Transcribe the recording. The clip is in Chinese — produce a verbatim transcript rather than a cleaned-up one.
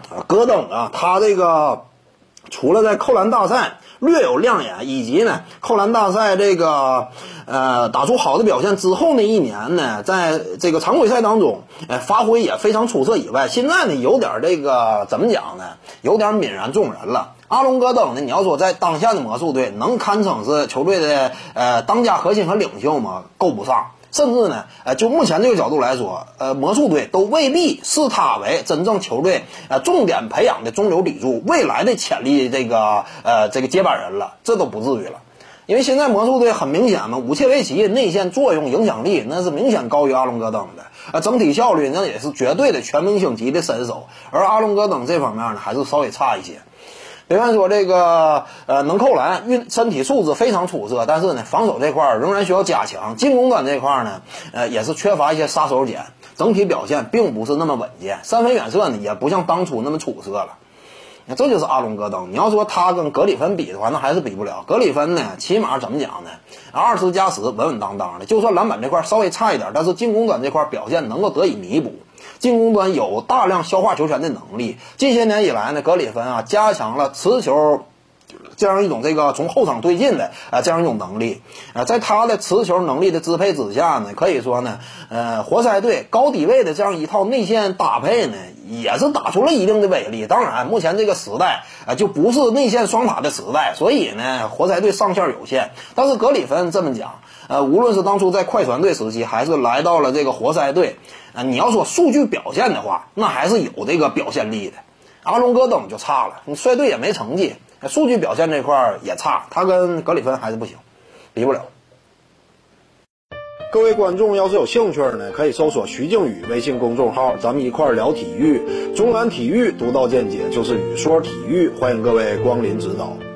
啊，戈登啊，他这个除了在扣篮大赛略有亮眼，以及呢扣篮大赛这个呃打出好的表现之后那一年呢，在这个常规赛当中，呃发挥也非常出色以外，现在呢有点这个怎么讲呢，有点泯然众人了。阿隆戈登呢，你要说在当下的魔术队能堪称是球队的呃当家核心和领袖吗？够不上。甚至呢，呃，就目前这个角度来说，呃，魔术队都未必视他为真正球队呃重点培养的中流砥柱，未来的潜力这个呃这个接班人了，这都不至于了。因为现在魔术队很明显嘛，武切维奇内线作用影响力那是明显高于阿隆戈登的，呃，整体效率那也是绝对的全明星级的身手，而阿隆戈登这方面呢还是稍微差一些。别看说这个呃能扣篮，运身体素质非常出色，但是呢防守这块仍然需要加强，进攻端这块呢呃也是缺乏一些杀手锏，整体表现并不是那么稳健，三分远射呢也不像当初那么出色了。那这就是阿隆戈登，你要说他跟格里芬比的话，那还是比不了。格里芬呢起码怎么讲呢，二十加十稳稳当当的，就算篮板这块稍微差一点，但是进攻端这块表现能够得以弥补，进攻端有大量消化球权的能力。近些年以来呢，格里芬啊加强了持球这样一种这个从后场推进的啊、呃、这样一种能力啊、呃，在他的持球能力的支配之下呢，可以说呢，呃，活塞队高低位的这样一套内线搭配呢，也是打出了一定的威力。当然，目前这个时代啊、呃，就不是内线双塔的时代，所以呢，活塞队上限有限。但是格里芬这么讲，呃，无论是当初在快船队时期，还是来到了这个活塞队，啊、呃，你要说数据表现的话，那还是有这个表现力的。阿隆戈登就差了，你率队也没成绩。数据表现这块也差，他跟格里芬还是不行，比不了。各位观众要是有兴趣呢，可以搜索徐静宇微信公众号，咱们一块聊体育，中南体育独到见解就是语说体育，欢迎各位光临指导。